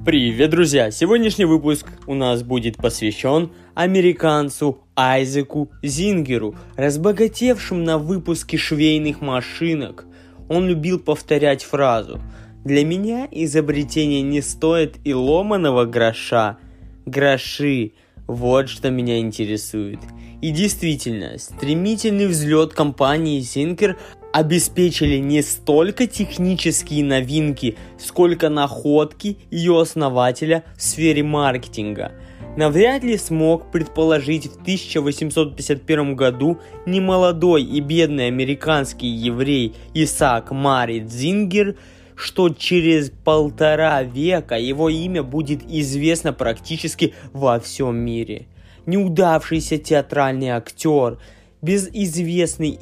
Привет, друзья! Сегодняшний выпуск у нас будет посвящен американцу Айзеку Зингеру, разбогатевшим на выпуске швейных машинок. Он любил повторять фразу: «Для меня изобретение не стоит и ломаного гроша. Гроши – вот что меня интересует». И действительно, стремительный взлет компании Singer обеспечили не столько технические новинки, сколько находки ее основателя в сфере маркетинга. Навряд ли смог предположить в 1851 году немолодой и бедный американский еврей Исаак Марит Зингер, что через 1,5 века его имя будет известно практически во всем мире. Неудавшийся театральный актер, безвестный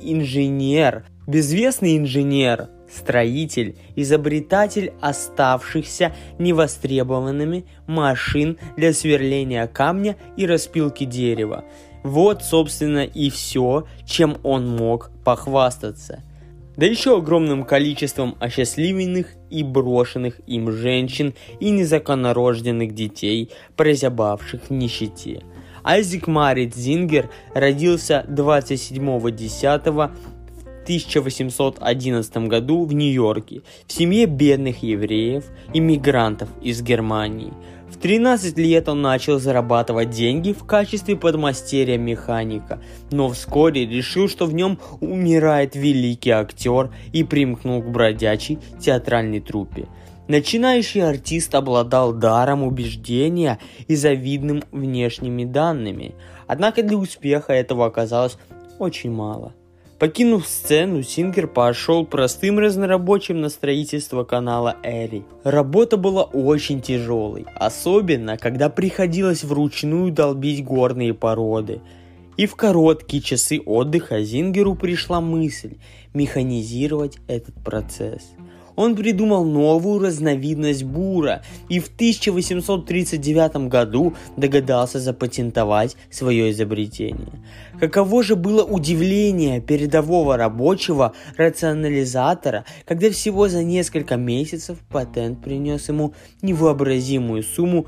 инженер, строитель, изобретатель оставшихся невостребованными машин для сверления камня и распилки дерева. Вот, собственно, и все, чем он мог похвастаться. Да еще огромным количеством осчастливленных и брошенных им женщин и незаконнорожденных детей, прозябавших в нищете. Айзек Марит Зингер родился 27.10. в 1811 году в Нью-Йорке в семье бедных евреев, иммигрантов из Германии. В 13 лет он начал зарабатывать деньги в качестве подмастерья-механика, но вскоре решил, что в нем умирает великий актер, и примкнул к бродячей театральной труппе. Начинающий артист обладал даром убеждения и завидным внешними данными, однако для успеха этого оказалось очень мало. Покинув сцену, Зингер пошел простым разнорабочим на строительство канала Эри. Работа была очень тяжелой, особенно когда приходилось вручную долбить горные породы. И в короткие часы отдыха Зингеру пришла мысль механизировать этот процесс. Он придумал новую разновидность бура и в 1839 году догадался запатентовать свое изобретение. Каково же было удивление передового рабочего рационализатора, когда всего за несколько месяцев патент принес ему невообразимую сумму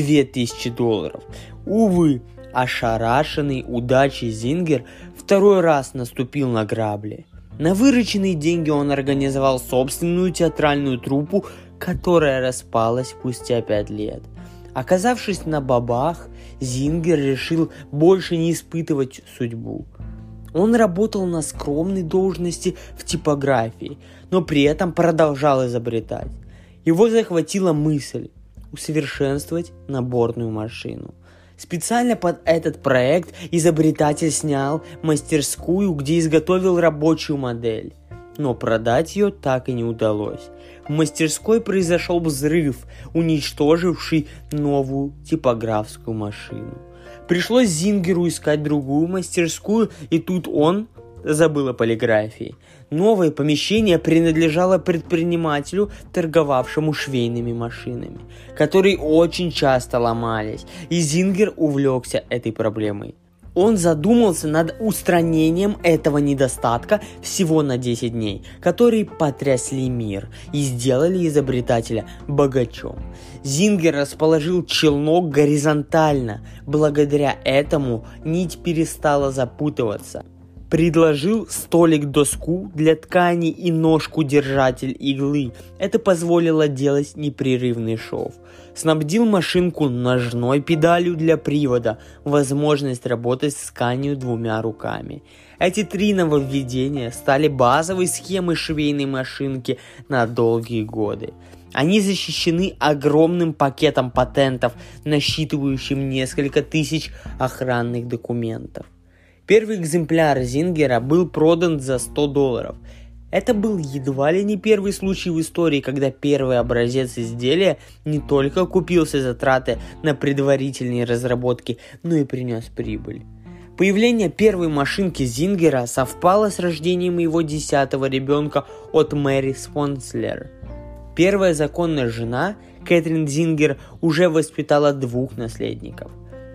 $2000. Увы, ошарашенный удачей Зингер второй раз наступил на грабли. На вырученные деньги он организовал собственную театральную труппу, которая распалась спустя 5 лет. Оказавшись на бабах, Зингер решил больше не испытывать судьбу. Он работал на скромной должности в типографии, но при этом продолжал изобретать. Его захватила мысль усовершенствовать наборную машину. Специально под этот проект изобретатель снял мастерскую, где изготовил рабочую модель. Но продать ее так и не удалось. В мастерской произошел взрыв, уничтоживший новую типографскую машину. Пришлось Зингеру искать другую мастерскую, и тут он забыл о полиграфии. Новое помещение принадлежало предпринимателю, торговавшему швейными машинами, которые очень часто ломались, и Зингер увлекся этой проблемой. Он задумался над устранением этого недостатка всего на 10 дней, которые потрясли мир и сделали изобретателя богачом. Зингер расположил челнок горизонтально, благодаря этому нить перестала запутываться. Предложил столик-доску для ткани и ножку-держатель иглы. Это позволило делать непрерывный шов. Снабдил машинку ножной педалью для привода, возможность работать с тканью 2 руками. Эти 3 нововведения стали базовой схемой швейной машинки на долгие годы. Они защищены огромным пакетом патентов, насчитывающим несколько тысяч охранных документов. Первый экземпляр Зингера был продан за $100. Это был едва ли не первый случай в истории, когда первый образец изделия не только окупился затраты на предварительные разработки, но и принес прибыль. Появление первой машинки Зингера совпало с рождением его 10-го ребенка от Мэри Спонслер. Первая законная жена, Кэтрин Зингер, уже воспитала 2 наследников.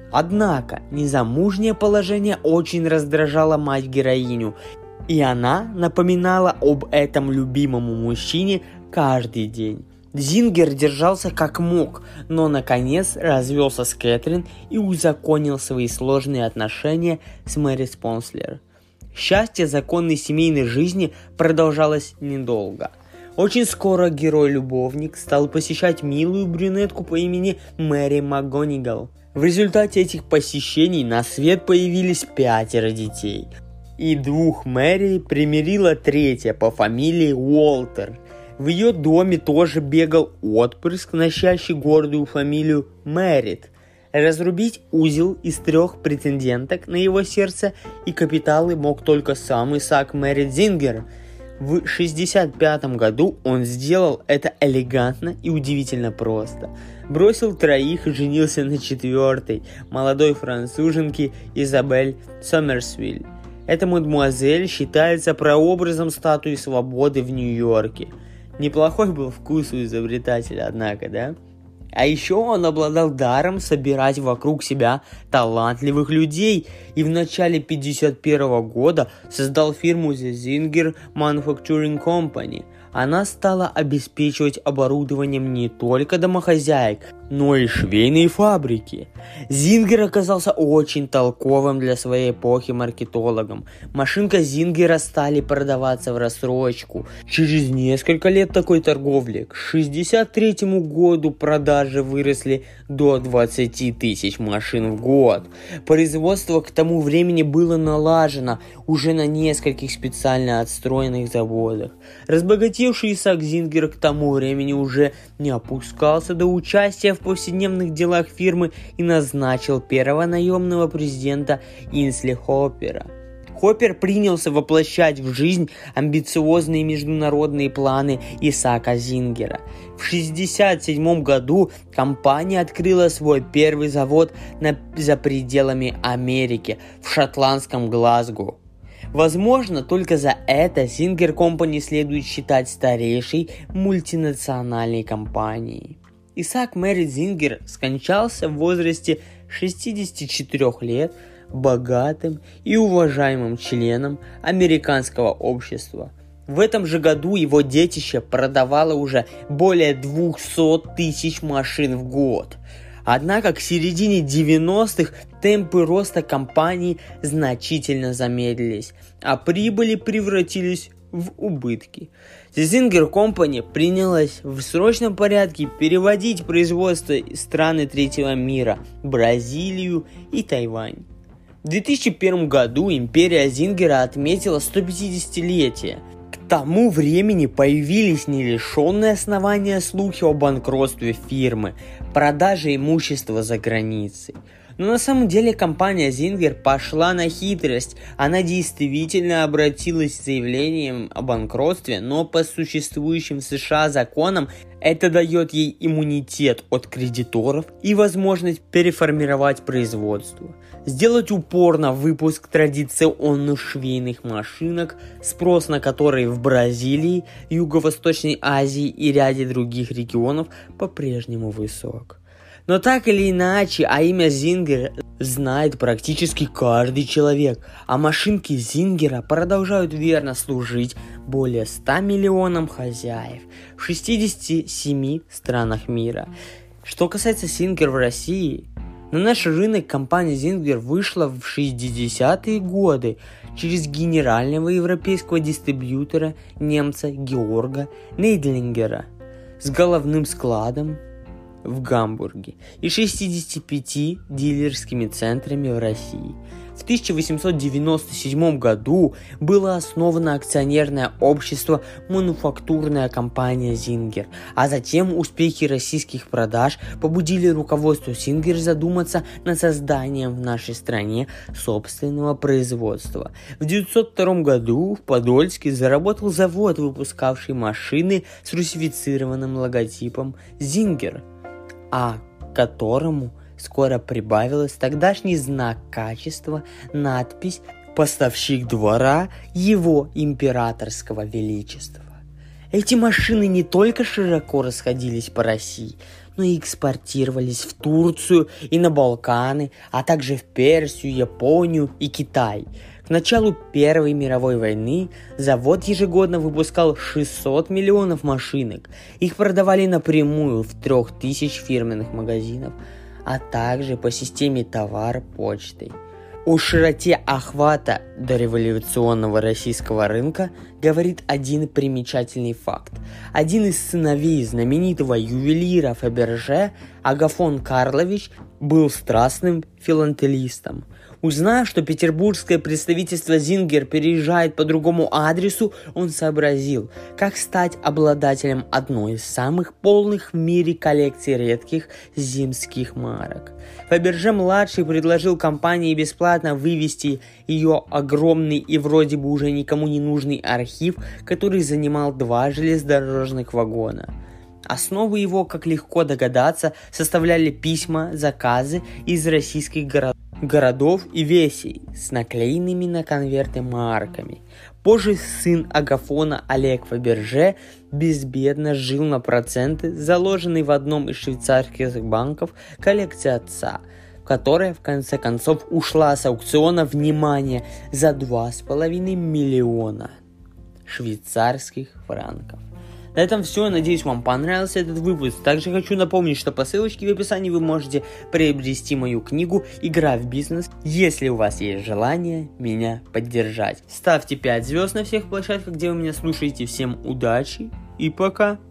Однако незамужнее положение очень раздражало мать-героиню, и она напоминала об этом любимому мужчине каждый день. Зингер держался как мог, но наконец развелся с Кэтрин и узаконил свои сложные отношения с Мэри Спонслер. Счастье законной семейной жизни продолжалось недолго. Очень скоро герой-любовник стал посещать милую брюнетку по имени Мэри МакГонигал. В результате этих посещений на свет появились 5 детей. И 2 Мэри примирила 3 по фамилии Уолтер. В ее доме тоже бегал отпрыск, носящий гордую фамилию Мэрит. Разрубить узел из 3 претенденток на его сердце и капиталы мог только сам Исаак Мэрит Зингер. В 1965 году он сделал это элегантно и удивительно просто. Бросил 3 и женился на 4-й, молодой француженке Изабель Сомерсвиль. Эта мадемуазель считается прообразом статуи свободы в Нью-Йорке. Неплохой был вкус у изобретателя, однако, да? А еще он обладал даром собирать вокруг себя талантливых людей и в начале 1951 года создал фирму The Zinger Manufacturing Company. Она стала обеспечивать оборудованием не только домохозяек, но и швейные фабрики. Зингер оказался очень толковым для своей эпохи маркетологом. Машинка Зингера стали продаваться в рассрочку. Через несколько лет такой торговли к 1963 году продажи выросли до 20 тысяч машин в год. Производство к тому времени было налажено уже на нескольких специально отстроенных заводах. Разбогатевший Исаак Зингер к тому времени уже не опускался до участия в повседневных делах фирмы и назначил первого наемного президента Инсли Хоппера. Хоппер принялся воплощать в жизнь амбициозные международные планы Исаака Зингера. В 1967 году компания открыла свой первый завод за пределами Америки, в шотландском Глазго. Возможно, только за это Zinger Company следует считать старейшей мультинациональной компанией. Исаак Мэрит Зингер скончался в возрасте 64 лет, богатым и уважаемым членом американского общества. В этом же году его детище продавало уже более 200 тысяч машин в год. Однако к середине 90-х темпы роста компании значительно замедлились, а прибыли превратились в убытки. The Zinger Company принялась в срочном порядке переводить производство из страны третьего мира, Бразилию и Тайвань. В 2001 году империя Зингера отметила 150-летие. К тому времени появились не лишенные основания слухи о банкротстве фирмы, продаже имущества за границей. Но на самом деле компания Зингер пошла на хитрость. Она действительно обратилась с заявлением о банкротстве, но по существующим в США законам это дает ей иммунитет от кредиторов и возможность переформировать производство. Сделать упор на выпуск традиционных швейных машинок, спрос на которые в Бразилии, Юго-Восточной Азии и ряде других регионов по-прежнему высок. Но так или иначе, имя Зингер знает практически каждый человек, а машинки Зингера продолжают верно служить более 100 миллионам хозяев в 67 странах мира. Что касается Зингер в России, на наш рынок компания Зингер вышла в 60-е годы через генерального европейского дистрибьютора немца Георга Нейдлингера с головным складом в Гамбурге и 65 дилерскими центрами в России. В 1897 году было основано акционерное общество «Мануфактурная компания Зингер», а затем успехи российских продаж побудили руководство Зингер задуматься над созданием в нашей стране собственного производства. В 1902 году в Подольске заработал завод, выпускавший машины с русифицированным логотипом Зингер, а которому скоро прибавилась тогдашний знак качества, надпись «Поставщик двора Его Императорского Величества». Эти машины не только широко расходились по России, но и экспортировались в Турцию и на Балканы, а также в Персию, Японию и Китай. К К началу Первой мировой войны завод ежегодно выпускал 600 миллионов машинок. Их продавали напрямую в 3000 фирменных магазинов, а также по системе товар почтой. О широте охвата дореволюционного российского рынка говорит один примечательный факт. Один из сыновей знаменитого ювелира Фаберже, Агафон Карлович, был страстным филателистом. Узнав, что петербургское представительство Зингер переезжает по другому адресу, он сообразил, как стать обладателем одной из самых полных в мире коллекций редких зимских марок. Фаберже-младший предложил компании бесплатно вывести ее огромный и вроде бы уже никому не нужный архив, который занимал 2 железнодорожных вагона. Основу его, как легко догадаться, составляли письма, заказы из российских городов и весей с наклеенными на конверты марками. Позже сын Агафона Олег Фаберже безбедно жил на проценты, заложенные в одном из швейцарских банков коллекции отца, которая в конце концов ушла с аукциона, внимание, за 2,5 миллиона швейцарских франков. На этом все. Надеюсь, вам понравился этот выпуск. Также хочу напомнить, что по ссылочке в описании вы можете приобрести мою книгу «Игра в бизнес», если у вас есть желание меня поддержать. Ставьте 5 звезд на всех площадках, где вы меня слушаете. Всем удачи и пока!